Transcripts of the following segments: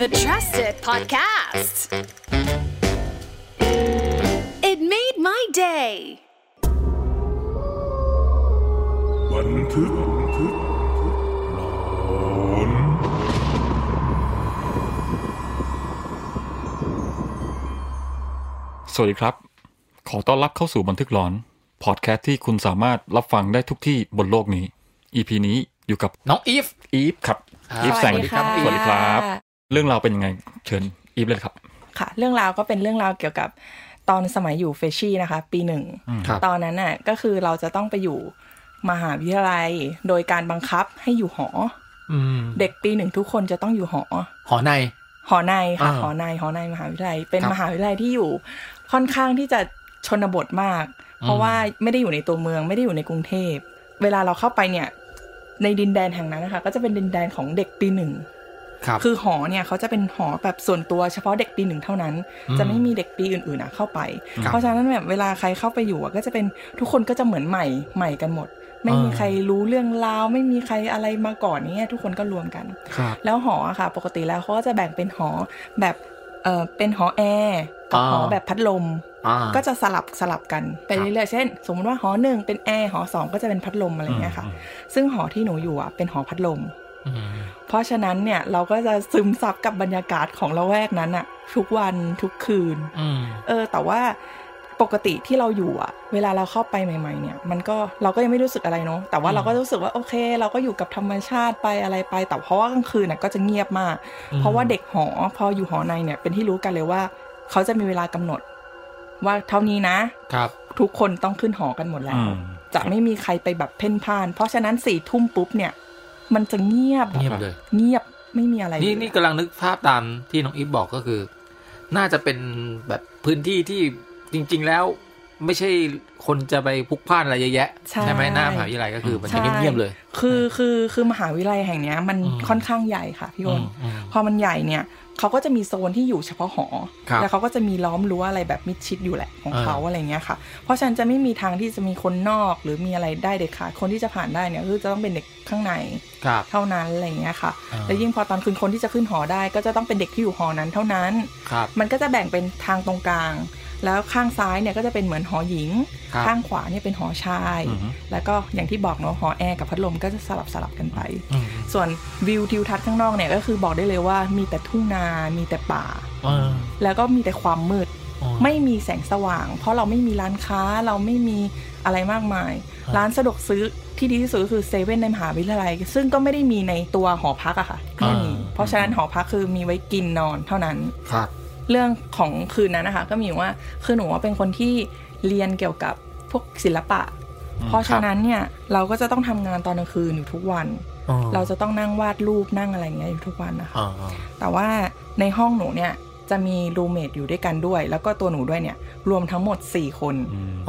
The trusted podcast. It made my day. บันทึกหลอนสวัสดีครับขอต้อนรับเข้าสู่บันทึกหลอนพอดแคสต์ที่คุณสามารถรับฟังได้ทุกที่บนโลกนี้ EP นี้อยู่กับน้องอีฟครับอีฟแสงสวัสดีครับเรื่องราวเป็นยังไงเชิญอีฟเลยครับค่ะเรื่องราวก็เป็นเรื่องราวเกี่ยวกับตอนสมัยอยู่เฟชชี่นะคะปีหนึ่งตอนนั้นน่ะก็คือเราจะต้องไปอยู่มหาวิทยาลัยโดยการบังคับให้อยู่หอเด็กปีหนึ่งทุกคนจะต้องอยู่หอในค่ะหอในมหาวิทยาลัยเป็นมหาวิทยาลัยที่อยู่ค่อนข้างที่จะชนบทมากเพราะว่าไม่ได้อยู่ในตัวเมืองไม่ได้อยู่ในกรุงเทพเวลาเราเข้าไปเนี่ยในดินแดนแห่งนั้นนะคะก็จะเป็นดินแดนของเด็กปีหนึ่งคือหอเนี่ยเขาจะเป็นหอแบบส่วนตัวเฉพาะเด็กปีหนึ่งเท่านั้นจะไม่มีเด็กปีอื่นๆเข้าไปเพราะฉะนั้นแบบเวลาใครเข้าไปอยู่ก็จะเป็นทุกคนก็จะเหมือนใหม่กันหมดไม่มีใครรู้เรื่องราวไม่มีใครอะไรมาก่อนนี้ทุกคนก็รวมกันแล้วหอค่ะปกติแล้วเขาก็จะแบ่งเป็นหอแบบเป็นหอแอร์กับหอแบบพัดลมก็จะสลับกันไปเรื่อยๆเช่นสมมติว่าหอ1เป็นแอร์หอ2ก็จะเป็นพัดลมอะไรเงี้ยค่ะซึ่งหอที่หนูอยู่เป็นหอพัดลมเพราะฉะนั้นเนี่ยเราก็จะซึมซับกับบรรยากาศของละแวกนั้นทุกวันทุกคืนแต่ว่าปกติที่เราอยู่เวลาเราเข้าไปใหม่ๆเนี่ยมันก็เราก็ยังไม่รู้สึกอะไรเนาะแต่ว่าเราก็รู้สึกว่าโอเคเราก็อยู่กับธรรมชาติไปอะไรไปแต่เพราะว่ากลางคืนก็จะเงียบมากเพราะว่าเด็กหอพออยู่หอในเนี่ยเป็นที่รู้กันเลยว่าเขาจะมีเวลากำหนดว่าเท่านี้นะครับทุกคนต้องขึ้นหอกันหมดแล้วจะไม่มีใครไปแบบเพ่นพ่านเพราะฉะนั้น4 ทุ่มปุ๊บเนี่ยมันจะเงียบเลยเงียบไม่มีอะไรนี่กำลังนึกภาพตามที่น้องอีฟบอกก็คือน่าจะเป็นแบบพื้นที่ที่จริงๆแล้วไม่ใช่คนจะไปพลุกพล่านอะไรเยอะแยะใช่ไหมหน้ามหาวิทยาลัยก็คือมันจะเงียบๆเลยคือมหาวิทยาลัยแห่งนี้มันค่อนข้างใหญ่ค่ะพี่อ้นพอมันใหญ่เนี่ยเขาก็จะมีโซนที่อยู่เฉพาะหอแล้วเขาก็จะมีล้อมรั้วอะไรแบบมิดชิดอยู่แหละของเขาอะไรเงี้ยค่ะเพราะฉะนั้นจะไม่มีทางที่จะมีคนนอกหรือมีอะไรได้เด็ดขาดคนที่จะผ่านได้เนี่ยคือจะต้องเป็นเด็กข้างในเท่านั้นอะไรเงี้ยค่ะแล้วยิ่งพอตอนคืนคนที่จะขึ้นหอได้ก็จะต้องเป็นเด็กที่อยู่หอนั้นเท่านั้นมันก็จะแบ่งเป็นทางตรงกลางแล้วข้างซ้ายเนี่ยก็จะเป็นเหมือนหอหญิงข้างขวาเนี่ยเป็นหอชายแล้วก็อย่างที่บอกเนาะหอแอร์กับพัดลมก็จะสลับกันไปส่วนวิวทิวทัศน์ข้างนอกเนี่ยก็คือบอกได้เลยว่ามีแต่ทุ่งนามีแต่ป่าแล้วก็มีแต่ความมืดไม่มีแสงสว่างเพราะเราไม่มีร้านค้าเราไม่มีอะไรมากมายร้านสะดวกซื้อที่ดีที่สุดก็คือเซเว่นในมหาวิทยาลัยซึ่งก็ไม่ได้มีในตัวหอพักอะค่ะแค่นี้เพราะฉะนั้นหอพักคือมีไว้กินนอนเท่านั้นเรื่องของคืนนั้นนะคะก็มีว่าคือหนูเป็นคนที่เรียนเกี่ยวกับพวกศิลปะเพราะฉะนั้นเนี่ยเราก็จะต้องทำงานตอนกลางคืนอยู่ทุกวันเราจะต้องนั่งวาดรูปนั่งอะไรอย่างเงี้ยอยู่ทุกวันนะคะแต่ว่าในห้องหนูเนี่ยจะมีรูมเมทอยู่ด้วยกันด้วยแล้วก็ตัวหนูด้วยเนี่ยรวมทั้งหมด4 คน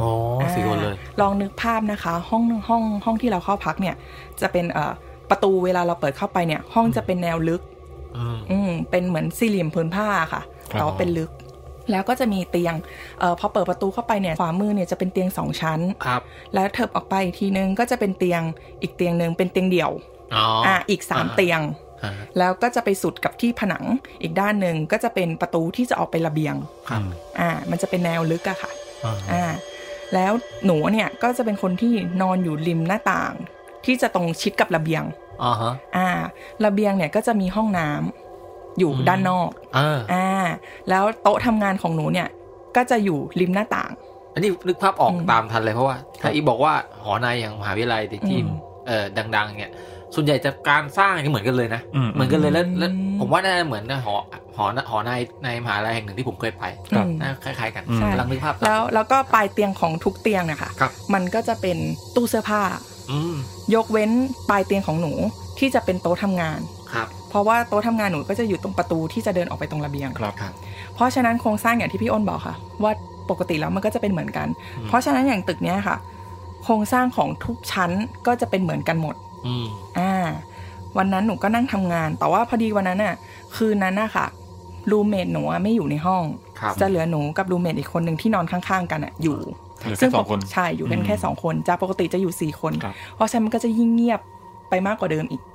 4 คนเลยลองนึกภาพนะคะห้องที่เราเข้าพักเนี่ยจะเป็นประตูเวลาเราเปิดเข้าไปเนี่ยห้องจะเป็นแนวลึกเป็นเหมือนสี่เหลี่ยมผืนผ้าค่ะแต่ว่าเป็นลึกแล้วก็จะมีเตียงพอเปิดประตูเข้าไปเนี่ยขวามือเนี่ยจะเป็นเตียง2 ชั้นแล้วเถิบออกไปอีกทีนึงก็จะเป็นเตียงอีกเตียงนึงเป็นเตียงเดี่ยวอีก3 เตียงแล้วก็จะไปสุดกับที่ผนังอีกด้านนึงก็จะเป็นประตูที่จะออกไประเบียงมันจะเป็นแนวลึกอะค่ะแล้วหนูเนี่ยก็จะเป็นคนที่นอนอยู่ริมหน้าต่างที่จะตรงชิดกับระเบียงระเบียงเนี่ยก็จะมีห้องน้ำอยู่ด้านนอกแล้วโต๊ะทำงานของหนูเนี่ยก็จะอยู่ริมหน้าต่างอันนี้นึกภาพออกตามทันเลยเพราะว่าถ้าอีบอกว่าหอในอย่างมหาวิทยาลัยที่ดังๆเนี่ยส่วนใหญ่จะการสร้างเหมือนกันเลยนะเหมือนกันเลยแล้วผมว่าน่าจะเหมือนหอในมหาวิทยาลัยแห่งหนึ่งที่ผมเคยไปคล้ายๆกันกำลังนึกภาพแล้วก็ปลายเตียงของทุกเตียงเนี่ยค่ะมันก็จะเป็นตู้เสื้อผ้ายกเว้นปลายเตียงของหนูที่จะเป็นโต๊ะทำงานเพราะว่าโต๊ะทำงานหนูก็จะอยู่ตรงประตูที่จะเดินออกไปตรงระเบียงเพราะฉะนั้นโครงสร้างอย่างที่พี่อ้นบอกค่ะว่าปกติแล้วมันก็จะเป็นเหมือนกันเพราะฉะนั้นอย่างตึกเนี้ยค่ะโครงสร้างของทุกชั้นก็จะเป็นเหมือนกันหมดวันนั้นหนูก็นั่งทำงานแต่ว่าพอดีวันนั้นน่ะคืนนั้นน่ะค่ะรูมเมทหนูไม่อยู่ในห้องจะเหลือหนูกับรูมเมทอีกคนนึงที่นอนข้างๆกันอยู่ซึ่ง2 คนใช่อยู่กันแค่2 คนจะปกติจะอยู่4 คนเพราะฉะนั้นมันก็จะยิ่งเงียบไปมากกว่าเดิมอีก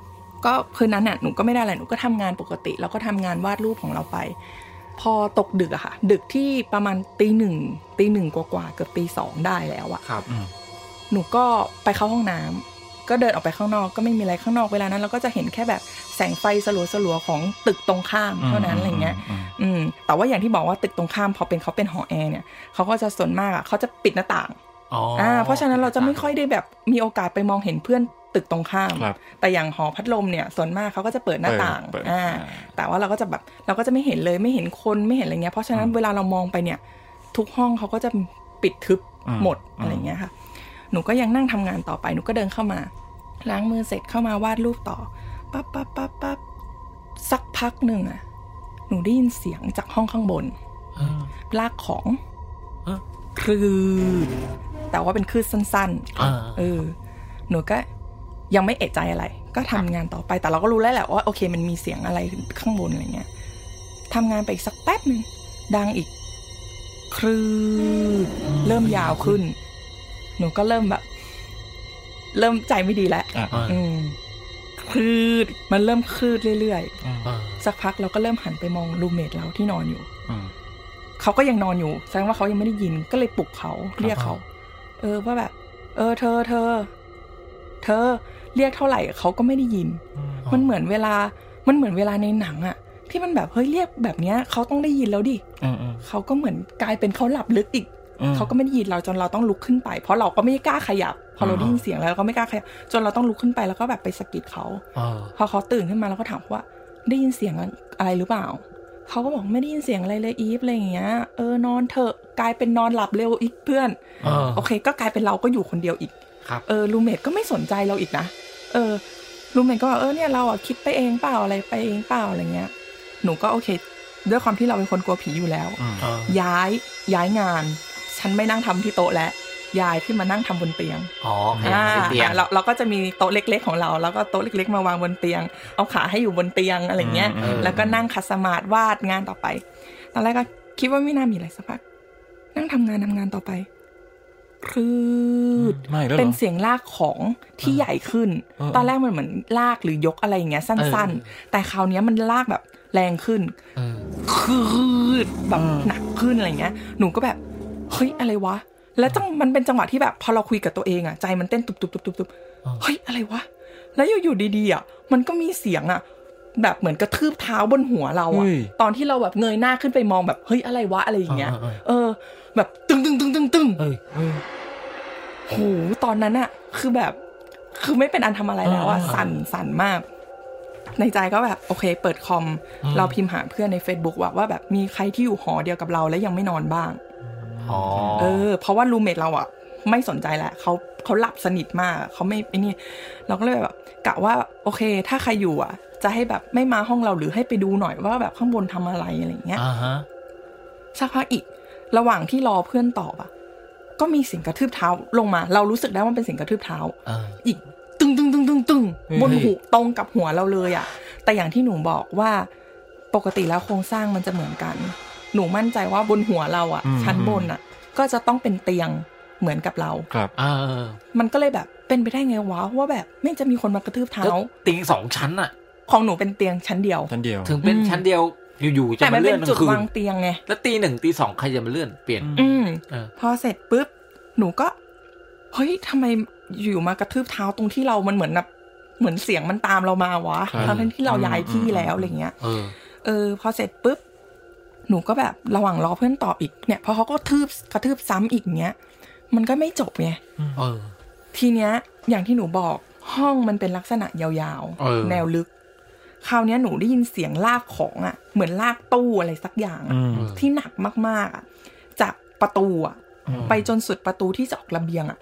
ก็คืนนั้นน่ะหนูก็ไม่ได้อะไรหนูก็ทำงานปกติแล้วก็ทำงานวาดรูปของเราไปพอตกดึกอะค่ะดึกที่ประมาณตีหนึ่งกว่าเกือบตีสองได้แล้วอะครับหนูก็ไปเข้าห้องน้ำก็เดินออกไปข้างนอกก็ไม่มีอะไรข้างนอกเวลานั้นเราก็จะเห็นแค่แบบแสงไฟสลัวๆของตึกตรงข้ามเท่านั้นอะไรเงี้ยแต่ว่าอย่างที่บอกว่าตึกตรงข้ามพอเขาเป็นหอแอร์เนี่ยเขาก็จะส่วนมากอะเขาจะปิดหน้าต่างเพราะฉะนั้นเราจะไม่ค่อยได้แบบมีโอกาสไปมองเห็นเพื่อนตึกตรงข้ามแต่อย่างหอพัดลมเนี่ยส่วนมากเขาก็จะเปิดหน้าต่างแต่ว่าเราก็จะแบบเราก็จะไม่เห็นเลยไม่เห็นคนไม่เห็นอะไรเงี้ยเพราะฉะนั้นเวลาเรามองไปเนี่ยทุกห้องเขาก็จะปิดทึบหมดอะไรเงี้ยค่ะหนูก็ยังนั่งทำงานต่อไปหนูก็เดินเข้ามาล้างมือเสร็จเข้ามาวาดรูปต่อปั๊บสักพักหนึ่งอะหนูได้ยินเสียงจากห้องข้างบนลากของคลืดแต่ว่าเป็นคลืดสั้นๆหนูก็ยังไม่เอะใจอะไรก็ทำงานต่อไปแต่เราก็รู้แล้วแหละว่าโอเคมันมีเสียงอะไรข้างบนอะไรเงี้ยทำงานไปอีกสักแป๊บนึงดังอีกคลืดเริ่มยาวขึ้นหนูก็เริ่มแบบเริ่มใจไม่ดีแล้วคลืดมันเริ่มคลืดเรื่อยๆสักพักเราก็เริ่มหันไปมองรูมเมทเราที่นอนอยู่เขาก็ยังนอนอยู่แสดงว่าเขายังไม่ได้ยินก็เลยปลุกเขาเรียกเขาว่าแบบเธอเรียกเท่าไหร่เขาก็ไม่ได้ยินมันเหมือนเวลาในหนังอะที่มันแบบเฮ้ยเรียกแบบเนี้ยเขาต้องได้ยินแล้วดิเขาก็เหมือนกลายเป็นเขาหลับลึกอีกเขาก็ไม่ได้ยินเราจนเราต้องลุกขึ้นไปเพราะเราก็ไม่กล้าขยับพอเราได้ยินเสียงแล้วเราก็ไม่กล้าขยับจนเราต้องลุกขึ้นไปแล้วก็แบบไปสะกิดเขาพอเขาตื่นขึ้นมาแล้วก็ถามว่าได้ยินเสียงอะไรหรือเปล่าเขาก็บอกไม่ได้ยินเสียงอะไรเลยอีฟอะไรอย่างเงี้ยนอนเถอะกลายเป็นนอนหลับเร็วอีกเพื่อนโอเคก็กลายเป็นเราก็อยู่คนเดียวอีกรูมเมทก็ไม่สนใจเราอีกนะรูมเมทก็บอกเนี่ยเราอ่ะคิดไปเองเปล่าอะไรไปเองเปล่าอะไรเงี้ยหนูก็โอเคด้วยความที่เราเป็นคนกลัวผีอยู่แล้วย้ายงานฉันไม่นั่งทำที่โต๊ะแล้วย้ายขึ้นมานั่งทำบนเตียงเตียงเราก็จะมีโต๊ะเล็กๆของเราแล้วก็โต๊ะเล็กๆมาวางบนเตียงเอาขาให้อยู่บนเตียงอะไรเงี้ยแล้วก็นั่งคัดสมาธิวาดงานต่อไปตอนแรกก็คิดว่าไม่น่ามีอะไรสักพักนั่งทำงานต่อไปคลืดเป็นเสียงลากของที่ใหญ่ขึ้นตอนแรกมันเหมือนลากหรือยกอะไรอย่างเงี้ยสั้นๆแต่คราวนี้มันลากแบบแรงขึ้นคลืดแบบหนักขึ้นอะไรเงี้ยหนูก็แบบเฮ้ยอะไรวะแล้วมันเป็นจังหวะที่แบบพอเราคุยกับตัวเองอ่ะใจมันเต้นตุบๆๆๆเฮ้ยอะไรวะแล้วอยู่ดีๆอ่ะมันก็มีเสียงอ่ะแบบเหมือนกระทืบเท้าบนหัวเราอ่ะตอนที่เราแบบเงยหน้าขึ้นไปมองแบบเฮ้ยอะไรวะอะไรอย่างเงี้ยแบบตึงโหตอนนั้นอ่ะคือแบบคือไม่เป็นอันทำอะไรแล้วอ่ะสั่นมากในใจก็แบบโอเคเปิดคอมเราพิมพ์หาเพื่อนใน Facebook ว่าแบบมีใครที่อยู่หอเดียวกับเราและยังไม่นอนบ้างเพราะว่ารูมเมทเราอ่ะไม่สนใจแหละเขาหลับสนิทมากเขาไม่ไอ้นี่เราก็เลยแบบกะว่าโอเคถ้าใครอยู่อ่ะจะให้แบบไม่มาห้องเราหรือให้ไปดูหน่อยว่าแบบข้างบนทำอะไรอะไรอย่างเงี้ยสักพักอีกระหว่างที่รอเพื่อนตอบอ่ะก็มีเสียงกระทืบเท้าลงมาเรารู้สึกได้ว่าเป็นเสียงกระทืบเท้าอีกตึงบนหูตรงกับหัวเราเลยอ่ะแต่อย่างที่หนูบอกว่าปกติแล้วโครงสร้างมันจะเหมือนกันหนูมั่นใจว่าบนหัวเราอ่ะชั้นบนอ่ะก็จะต้องเป็นเตียงเหมือนกับเราครับมันก็เลยแบบเป็นไปได้ไงวะว่าแบบไม่จะมีคนมากระทืบเท้าเตียง2ชั้นอ่ะของหนูเป็นเตียงชั้นเดียวถึงเป็นชั้นเดียวอยู่ๆจะมาเลื่อนแต่มันเป็นจุดวางเตียงไงแล้วตี 1ตี 2ใครจะมาเลื่อนเปลี่ยนพอเสร็จปุ๊บหนูก็เฮ้ยทำไมอยู่มากระทืบเท้าตรงที่เรามันเหมือนแบบเหมือนเสียงมันตามเรามาวะทั้งที่เราย้ายที่แล้วอะไรเงี้ยพอเสร็จปุ๊บหนูก็แบบระหว่างรอเพื่อนตอบอีกเนี่ยพอเขาก็กระทืบซ้ำอีกเงี้ยมันก็ไม่จบไงทีเนี้ยอย่างที่หนูบอกห้องมันเป็นลักษณะยาวๆแนวลึกคราวนี้หนูได้ยินเสียงลากของอ่ะเหมือนลากตู้อะไรสักอย่างที่หนักมากๆอ่ะจากประตูอ่ะไปจนสุดประตูที่จะออกระเบียงอ่ะ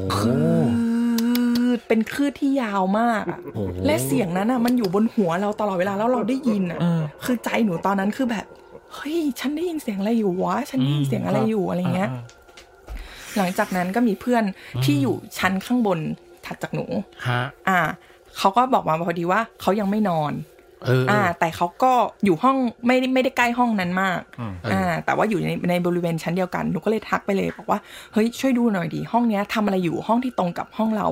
เป็นคลื่นที่ยาวมากอ่ะและเสียงนั้นอ่ะมันอยู่บนหัวเราตลอดเวลาแล้วเราได้ยินอ่ะคือใจหนูตอนนั้นคือแบบเฮ้ยฉันได้ยินเสียงอะไรอยู่วะฉันได้ยินเสียงอะไรอยู่อะไรเงี้ยหลังจากนั้นก็มีเพื่อนที่อยู่ชั้นข้างบนถัดจากหนูเขาก็บอกมาพอดีว่าเขายังไม่นอนแต่เขาก็อยู่ห้องไม่ได้ใกล้ห้องนั้นมากแต่ว่าอยู่ในบริเวณชั้นเดียวกันหนูก็เลยทักไปเลยบอกว่าเฮ้ยช่วยดูหน่อยดิห้องเนี้ยทำอะไรอยู่ห้องที่ตรงกับห้องเราอ่ะ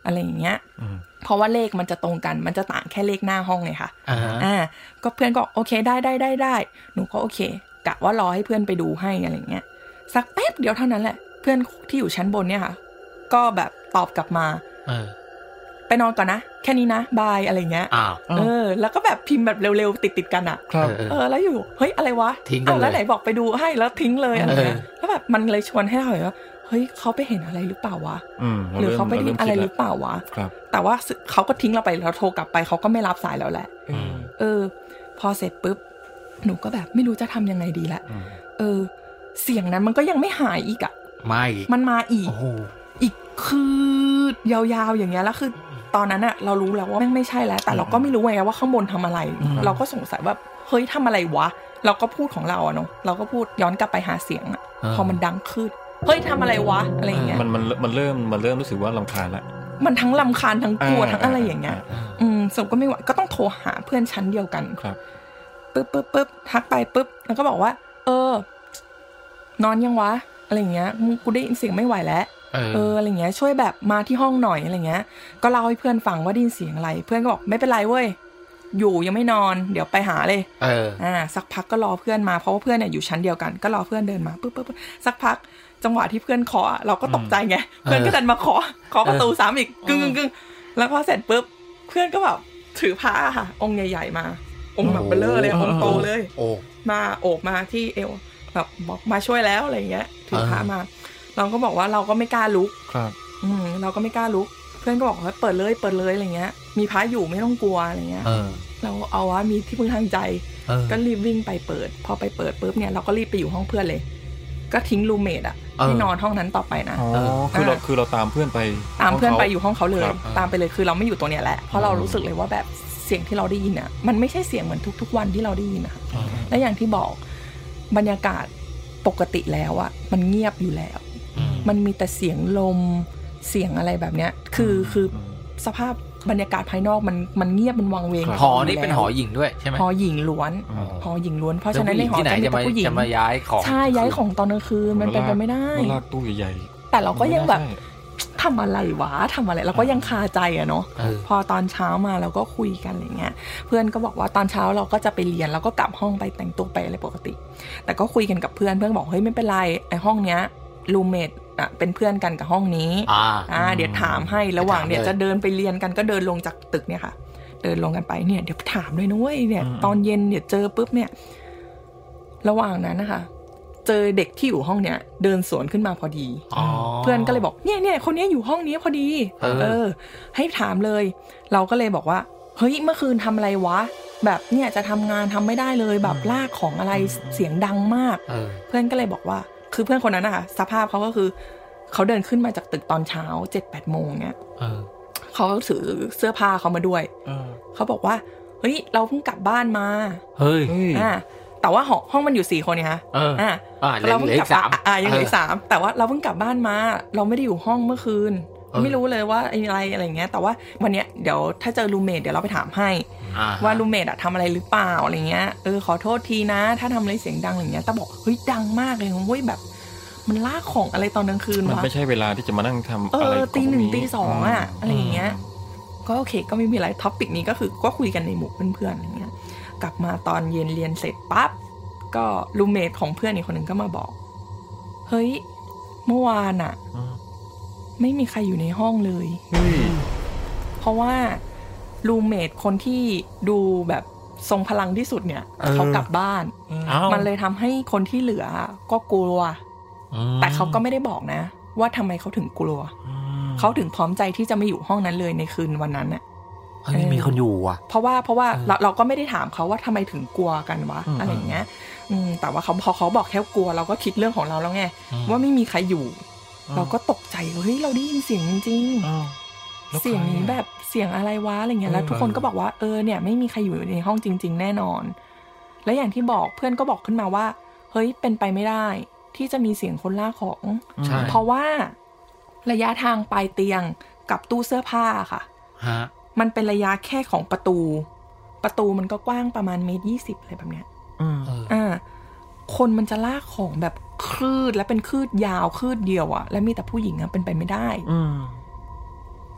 อะไรอย่างเงี้ยเพราะว่าเลขมันจะตรงกันมันจะต่างแค่เลขหน้าห้องไงค่ะก็เพื่อนก็โอเคได้หนูก็โอเคกะว่ารอให้เพื่อนไปดูให้อะไรเงี้ยสักแป๊บเดียวเท่านั้นแหละเพื่อนที่อยู่ชั้นบนเนี่ยค่ะก็แบบตอบกลับมาไปนอนก่อนนะแค่นี้นะบายอะไรเงี้ยแล้วก็แบบพิมพ์แบบเร็วๆติดกันอ่ะแล้วอยู่เฮ้ยอะไรวะแล้วไหนบอกไปดูให้แล้วทิ้งเลยอะไรเงี้ยแล้วแบบมันเลยชวนให้เราเห็นว่าเฮ้ยเขาไปเห็นอะไรหรือเปล่าวะหรือเขาไปได้อะไรหรือเปล่าวะแต่ว่าเขาก็ทิ้งเราไปเราโทรกลับไปเขาก็ไม่รับสายแล้วแหละพอเสร็จปุ๊บหนูก็แบบไม่รู้จะทำยังไงดีละเสียงนั้นมันก็ยังไม่หายอีกอ่ะมันมาอีกคือยาวๆอย่างเงี้ยแล้วคือตอนนั้นอะเรารู้แล้วว่าไม่ใช่แล้วแต่เราก็ไม่รู้ไงว่าข้างบนทำอะไรเราก็สงสัยว่าเฮ้ยทำอะไรวะเราก็พูดของเราอะเนาะเราก็พูดย้อนกลับไปหาเสียงอะพอมันดังขึ้นเฮ้ยทำอะไรวะอะไรอย่างเงี้ยมันเริ่มรู้สึกว่ารำคาญละมันทั้งรำคาญทั้งกลัวทั้งอะไรอย่างเงี้ยสมก็ไม่ไหวก็ต้องโทรหาเพื่อนชั้นเดียวกันครับปึ๊บทักไปปึ๊บแล้วก็บอกว่านอนยังวะอะไรอย่างเงี้ยกูได้ยินเสียงไม่ไหวแล้วอะไรเงี้ยช่วยแบบมาที่ห้องหน่อยอะไรเงี้ยก็เล่าให้เพื่อนฟังว่าได้ยินเสียงอะไรเพื่อนก็บอกไม่เป็นไรเว้ยอยู่ยังไม่นอนเดี๋ยวไปหาเลยสักพักก็รอเพื่อนมาเพราะว่าเพื่อนเนี่ยอยู่ชั้นเดียวกันก็รอเพื่อนเดินมาปึ๊บสักพักจังหวะที่เพื่อนเคาะเราก็ตกใจไงเพื่อนก็ดันมาเคาะประตูซ้ำอีกกึ่งแล้วพอเสร็จปุ๊บเพื่อนก็แบบถือพระค่ะองค์ใหญ่ๆมาองค์แบบเบลอเลยองค์โตเลยมาโอบมาที่เอวแบบบอกมาช่วยแล้วอะไรเงี้ยถือพระมาเราก็บอกว่าเราก็ไม่กล้าลุกครับเราก็ไม่กล้าลุกเพื่อนก็บอกว่าเปิดเลยอะไรเงี้ยมีพระอยู่ไม่ต้องกลัวอะไรเงี้ยเราเอาว่ามีที่พึ่งทางใจก็รีบวิ่งไปเปิดพอไปเปิดปุ๊บเนี่ยเราก็รีบไปอยู่ห้องเพื่อนเลยก็ทิ้งรูมเมทอะที่นอนห้องนั้นต่อไปนะคือเราตามเพื่อนไปอยู่ห้องเขาเลยตามไปเลยคือเราไม่อยู่ตัวเนี้ยแหละเพราะเรารู้สึกเลยว่าแบบเสียงที่เราได้ยินอะมันไม่ใช่เสียงเหมือนทุกๆวันที่เราได้ยินนะคะและอย่างที่บอกบรรยากาศปกติแล้วอะมันเงียบอยู่แล้วมันมีแต่เสียงลมเสียงอะไรแบบเนี้ยคือสภาพบรรยากาศภายนอกมันเงียบมันวังเวงหอนี่เป็นหอหญิงด้วยใช่ไหมหอหญิงล้วนเพราะฉะนั้นในหอจะมีแต่ผู้หญิงจะมาย้ายของใช่ย้ายของตอนกลางคืนมันเป็นไปไม่ได้ลากตู้ใหญ่ๆแต่เราก็ยังแบบทำอะไรวะทำอะไรเราก็ยังคาใจอะเนาะพอตอนเช้ามาเราก็คุยกันอะไรเงี้ยเพื่อนก็บอกว่าตอนเช้าเราก็จะไปเรียนเราก็กลับห้องไปแต่งตัวไปอะไรปกติแต่ก็คุยกันกับเพื่อนบอกเฮ้ยไม่เป็นไรไอ้ห้องเนี้ยรูมเมทเป็นเพื่อนกันกับห้องนี้เดี๋ยวถามให้ระหว่างเดี๋ยวจะเดินไปเรียนกันก็เดินลงจากตึกเนี่ยค่ะเดินลงกันไปเนี่ยเดี๋ยวถามด้วยนะเว้ยเนี่ยตอนเย็นเดี๋ยวเจอปุ๊บเนี่ยระหว่างนั้นนะคะเจอเด็กที่อยู่ห้องเนี้ยเดินสวนขึ้นมาพอดีเพื่อนก็เลยบอกเนี่ยคนนี้อยู่ห้องนี้พอดีให้ถามเลยเราก็เลยบอกว่าเฮ้ยเมื่อคืนทำอะไรวะแบบเนี่ยจะทำงานทำไม่ได้เลยแบบลากของอะไรเสียงดังมากเพื่อนก็เลยบอกว่าคือเพื่อนคนนั้นนะคะสภาพเขาก็คือเขาเดินขึ้นมาจากตึกตอนเช้า 7-8 โมงเนี่ยเขาถือเสื้อผ้าเขามาด้วยเขาบอกว่าเฮ้ยเราเพิ่งกลับบ้านมาเฮ้ยแต่ว่าห้องมันอยู่4คนเนี่ยฮะเราเพิ่งกลับยังเหลือ3แต่ว่าเราเพิ่งกลับบ้านมาเราไม่ได้อยู่ห้องเมื่อคืนไม่รู้เลยว่าอะไรเงี้ยแต่ว่าวันเนี้ยเดี๋ยวถ้าเจอรูมเมทเดี๋ยวเราไปถามให้ว่ารูมเมททำอะไรหรือเปล่าอะไรเงี้ยขอโทษทีนะถ้าทำอะไรเสียงดังอะไรเงี้ยแต่บอกเฮ้ยดังมากเลยเว้ยแบบมันลากของอะไรตอนกลางคืนวะมันไม่ใช่เวลาที่จะมานั่งทำอะไรตี 1 ตี 2อะอะไรอย่างเงี้ยก็โอเคก็ไม่มีอะไรท็อปิกนี้ก็คือก็คุยกันในหมู่เพื่อนๆอะไรเงี้ยกลับมาตอนเย็นเรียนเสร็จปั๊บก็รูมเมทของเพื่อนอีกคนนึงก็มาบอกเฮ้ยเมื่อวานอะไม่มีใครอยู่ในห้องเลยเพราะว่ารูมเมทคนที่ดูแบบทรงพลังที่สุดเนี่ยเขากลับบ้านมันเลยทำให้คนที่เหลือก็กลัวแต่เขาก็ไม่ได้บอกนะว่าทำไมเขาถึงกลัวเขาถึงพร้อมใจที่จะไม่อยู่ห้องนั้นเลยในคืนวันนั้นน่ะไม่มีคนอยู่อ่ะเพราะว่าเราก็ไม่ได้ถามเขาว่าทำไมถึงกลัวกันวะอะไรอย่างเงี้ยแต่ว่าพอเขาบอกแค่กลัวเราก็คิดเรื่องของเราแล้วไงว่าไม่มีใครอยู่เราก็ตกใจเฮ้ยเราได้ยินเสียงจริงๆเสียงนี้แบบเสียงอะไรวะอะไรเงี้ยแล้วทุกคนก็บอกว่าเนี่ยไม่มีใครอยู่ในห้องจริงๆแน่นอนและอย่างที่บอกเพื่อนก็บอกขึ้นมาว่าเฮ้ยเป็นไปไม่ได้ที่จะมีเสียงคนลากของเพราะว่าระยะทางปลายเตียงกับตู้เสื้อผ้าค่ะมันเป็นระยะแค่ของประตูมันก็กว้างประมาณ1.20 อะไรแบบเนี้ยคนมันจะลากของแบบคลืดและเป็นคลืดยาวคลืดเดียวอะและมีแต่ผู้หญิงอะเป็นไปไม่ได้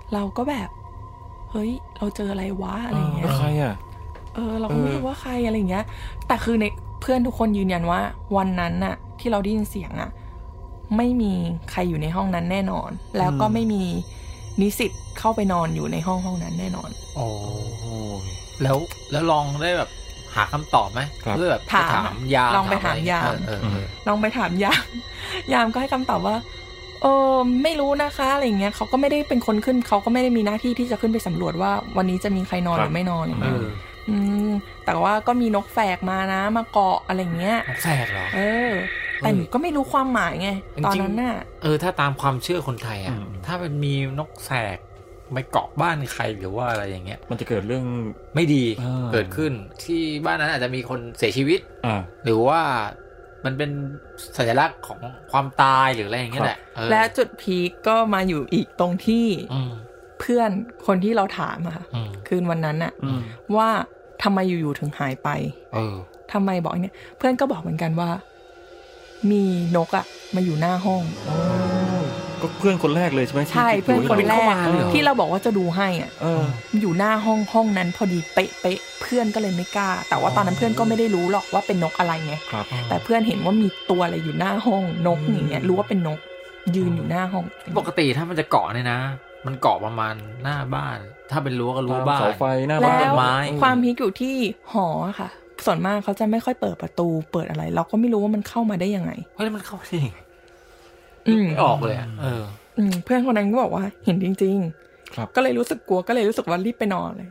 เราก็แบบเฮ้ยเราเจออะไรวะอะไรเงี้ยใครอ่ะเราก็ไม่รู้ว่าใครอะไรเงี้ยแต่คือในเพื่อนทุกคนยืนยันว่าวันนั้นน่ะที่เราได้ยินเสียงอ่ะไม่มีใครอยู่ในห้องนั้นแน่นอนแล้วก็ไม่มีนิสิตเข้าไปนอนอยู่ในห้องนั้นแน่นอนโอ้แล้วลองได้แบบหาคำตอบไหมเพื่อแบบถามยามลองไปถามยามลองไปถามยามก็ให้คำตอบว่าไม่รู้นะคะอะไรเงี้ยเขาก็ไม่ได้เป็นคนขึ้นเขาก็ไม่ได้มีหน้าที่ที่จะขึ้นไปสำรวจว่าวันนี้จะมีใครนอนหรือไม่นอนอะไรเงี้ยแต่ว่าก็มีนกแฝกมานะมาเกาะอะไรเงี้ยนกแฝกเหรอแต่หนูก็ไม่รู้ความหมายไงตอนนั้นน่ะถ้าตามความเชื่อคนไทยอ่ะถ้ามันมีนกแฝกไปเกาะบ้านใครหรือว่าอะไรอย่างเงี้ยมันจะเกิดเรื่องไม่ดีเกิดขึ้นที่บ้านนั้นอาจจะมีคนเสียชีวิตหรือว่ามันเป็นสัญลักษณ์ของความตายหรืออะไรอย่างเงี้ยแหละและจุดพีคก็มาอยู่อีกตรงที่เพื่อนคนที่เราถามอะค่ะคืนวันนั้นอะว่าทำไมอยู่ๆถึงหายไปทำไมบอกเนี่ยเพื่อนก็บอกเหมือนกันว่ามีนกอะมาอยู่หน้าห้องก็เพื่อนคนแรกเลยใช่ไหมใช่เพื่อนคนแรกที่เราบอกว่าจะดูให้อ่ะอยู่หน้าห้องนั้นพอดีเป๊ะเพื่อนก็เลยไม่กล้าแต่ว่าตอนนั้นเพื่อนก็ไม่ได้รู้หรอกว่าเป็นนกอะไรไงแต่เพื่อนเห็นว่ามีตัวอะไรอยู่หน้าห้องนกอย่างเงี้ยรู้ว่าเป็นนกยืนอยู่หน้าห้องปกติถ้ามันจะเกาะเนี่ยนะมันเกาะประมาณหน้าบ้านถ้าเป็นรั้วก็รั้วบ้านเสาไฟหน้าบ้านต้นไม้ความพีคอยู่ที่หอค่ะส่วนมากเขาจะไม่ค่อยเปิดประตูเปิดอะไรเราก็ไม่รู้ว่ามันเข้ามาได้ยังไงเฮ้ยมันเข้าได้ไม่ออกเลยเพื่อนคนนั้นก็บอกว่าเห็นจริงๆก็เลยรู้สึกกลัวก็เลยรู้สึกว่ารีบไปนอนเลย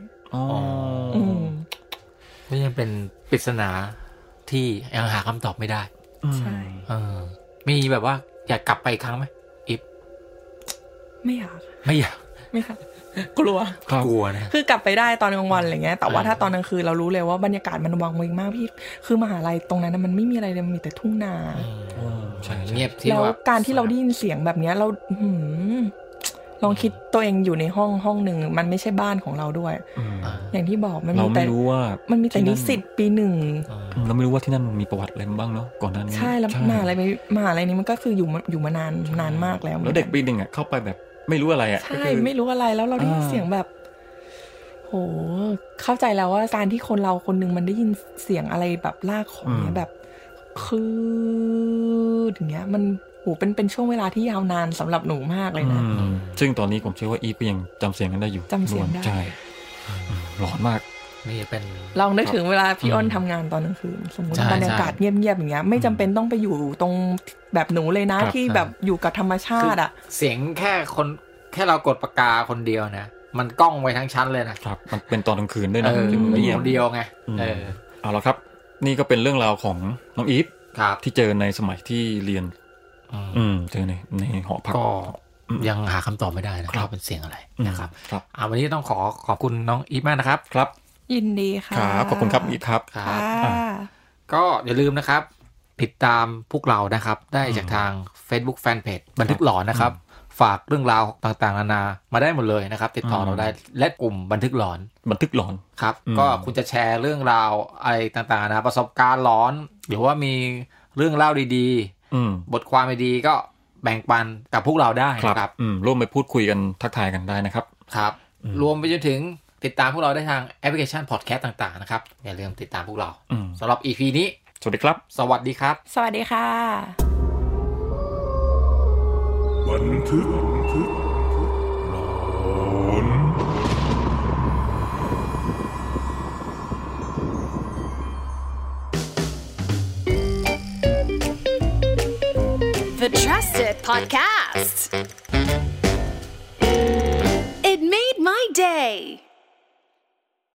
ก็ยังเป็นปริศนาที่ยังหาคำตอบไม่ได้ใช่มีแบบว่าอยากกลับไปอีกครั้งไหมอิฟไม่อยากกลัวนะคือกลับไปได้ตอนกลางวันอะไรเงี้ยแต่ว่าถ้าตอนกลางคืนเรารู้เลยว่าบรรยากาศมันวังเวงมากพี่คือมหาลัยตรงนั้นมันไม่มีอะไรเลยมีแต่ทุ่งนาเงียบแล้วการที่เราได้ยินเสียงแบบนี้เราลองคิดตัวเองอยู่ในห้องหนึ่งมันไม่ใช่บ้านของเราด้วยอย่างที่บอกมันมีแต่มันมีแต่นิสิตปีหนึ่งเราไม่รู้ว่าที่นั่นมีประวัติอะไรบ้างเนาะก่อนหน้านี้ใช่แล้วมหาลัยนี้มันก็คืออยู่มานานมากแล้วแล้วเด็กปีหนึ่งเข้าไปแบบไม่รู้อะไรใช่ไม่รู้อะไรแล้วเราได้ยินเสียงแบบโหเข้าใจแล้วว่าการที่คนเราคนนึงมันได้ยินเสียงอะไรแบบลากของเนี้ยแบบคืออย่างเงี้ยมันโหเป็นช่วงเวลาที่ยาวนานสำหรับหนูมากเลยนะซึ่งตอนนี้ผมเชื่อว่าอีฟก็ยังจำเสียงกันได้อยู่จำเสียงได้ใช่หลอนมากนี่เป็นลองนึกถึงเวลาพี่อ้นทำงานตอนกลางคืนสมมติบรรยากาศเงียบๆอย่างเงี้ยไม่จำเป็นต้องไปอยู่ตรงแบบหนูเลยนะที่แบบอยู่กับธรรมชาติอ่ะเสียงแค่เรากดปากกาคนเดียวนะมันก้องไว้ทั้งชั้นเลยนะครับมันเป็นตอนกลางคืนด้วยนะคนเดียวไงเอาละครับนี่ก็เป็นเรื่องราวของน้องอีฟที่เจอในสมัยที่เรียนเจอในหอพักก็ยังหาคำตอบไม่ได้นะว่าเป็นเสียงอะไรนะครับวันนี้ต้องขอบคุณน้องอีฟมากนะครับครับยินดีค่ะขอบคุณครับอีฟครับก็อย่าลืมนะครับติดตามพวกเรานะครับได้จากทาง Facebook Fanpage บันทึกหลอนนะครับฝากเรื่องราวต่างๆนานามาได้หมดเลยนะครับติดต่อเราได้และกลุ่มบันทึกหลอนครับก็คุณจะแชร์เรื่องราวอะไรต่างๆนะประสบการณ์หลอนหรือว่ามีเรื่องเล่าดีๆบทความดีๆก็แบ่งปันกับพวกเราได้ครับร่วมไปพูดคุยกันทักทายกันได้นะครับครับรวมไปจนถึงติดตามพวกเราได้ทางแอปพลิเคชันพอดแคสต์ต่างๆนะครับอย่าลืมติดตามพวกเราสำหรับ EP นี้สวัสดีครับสวัสดีครับสวัสดีค่ะบันทึกหลอน The Trusted Podcast. It made my day.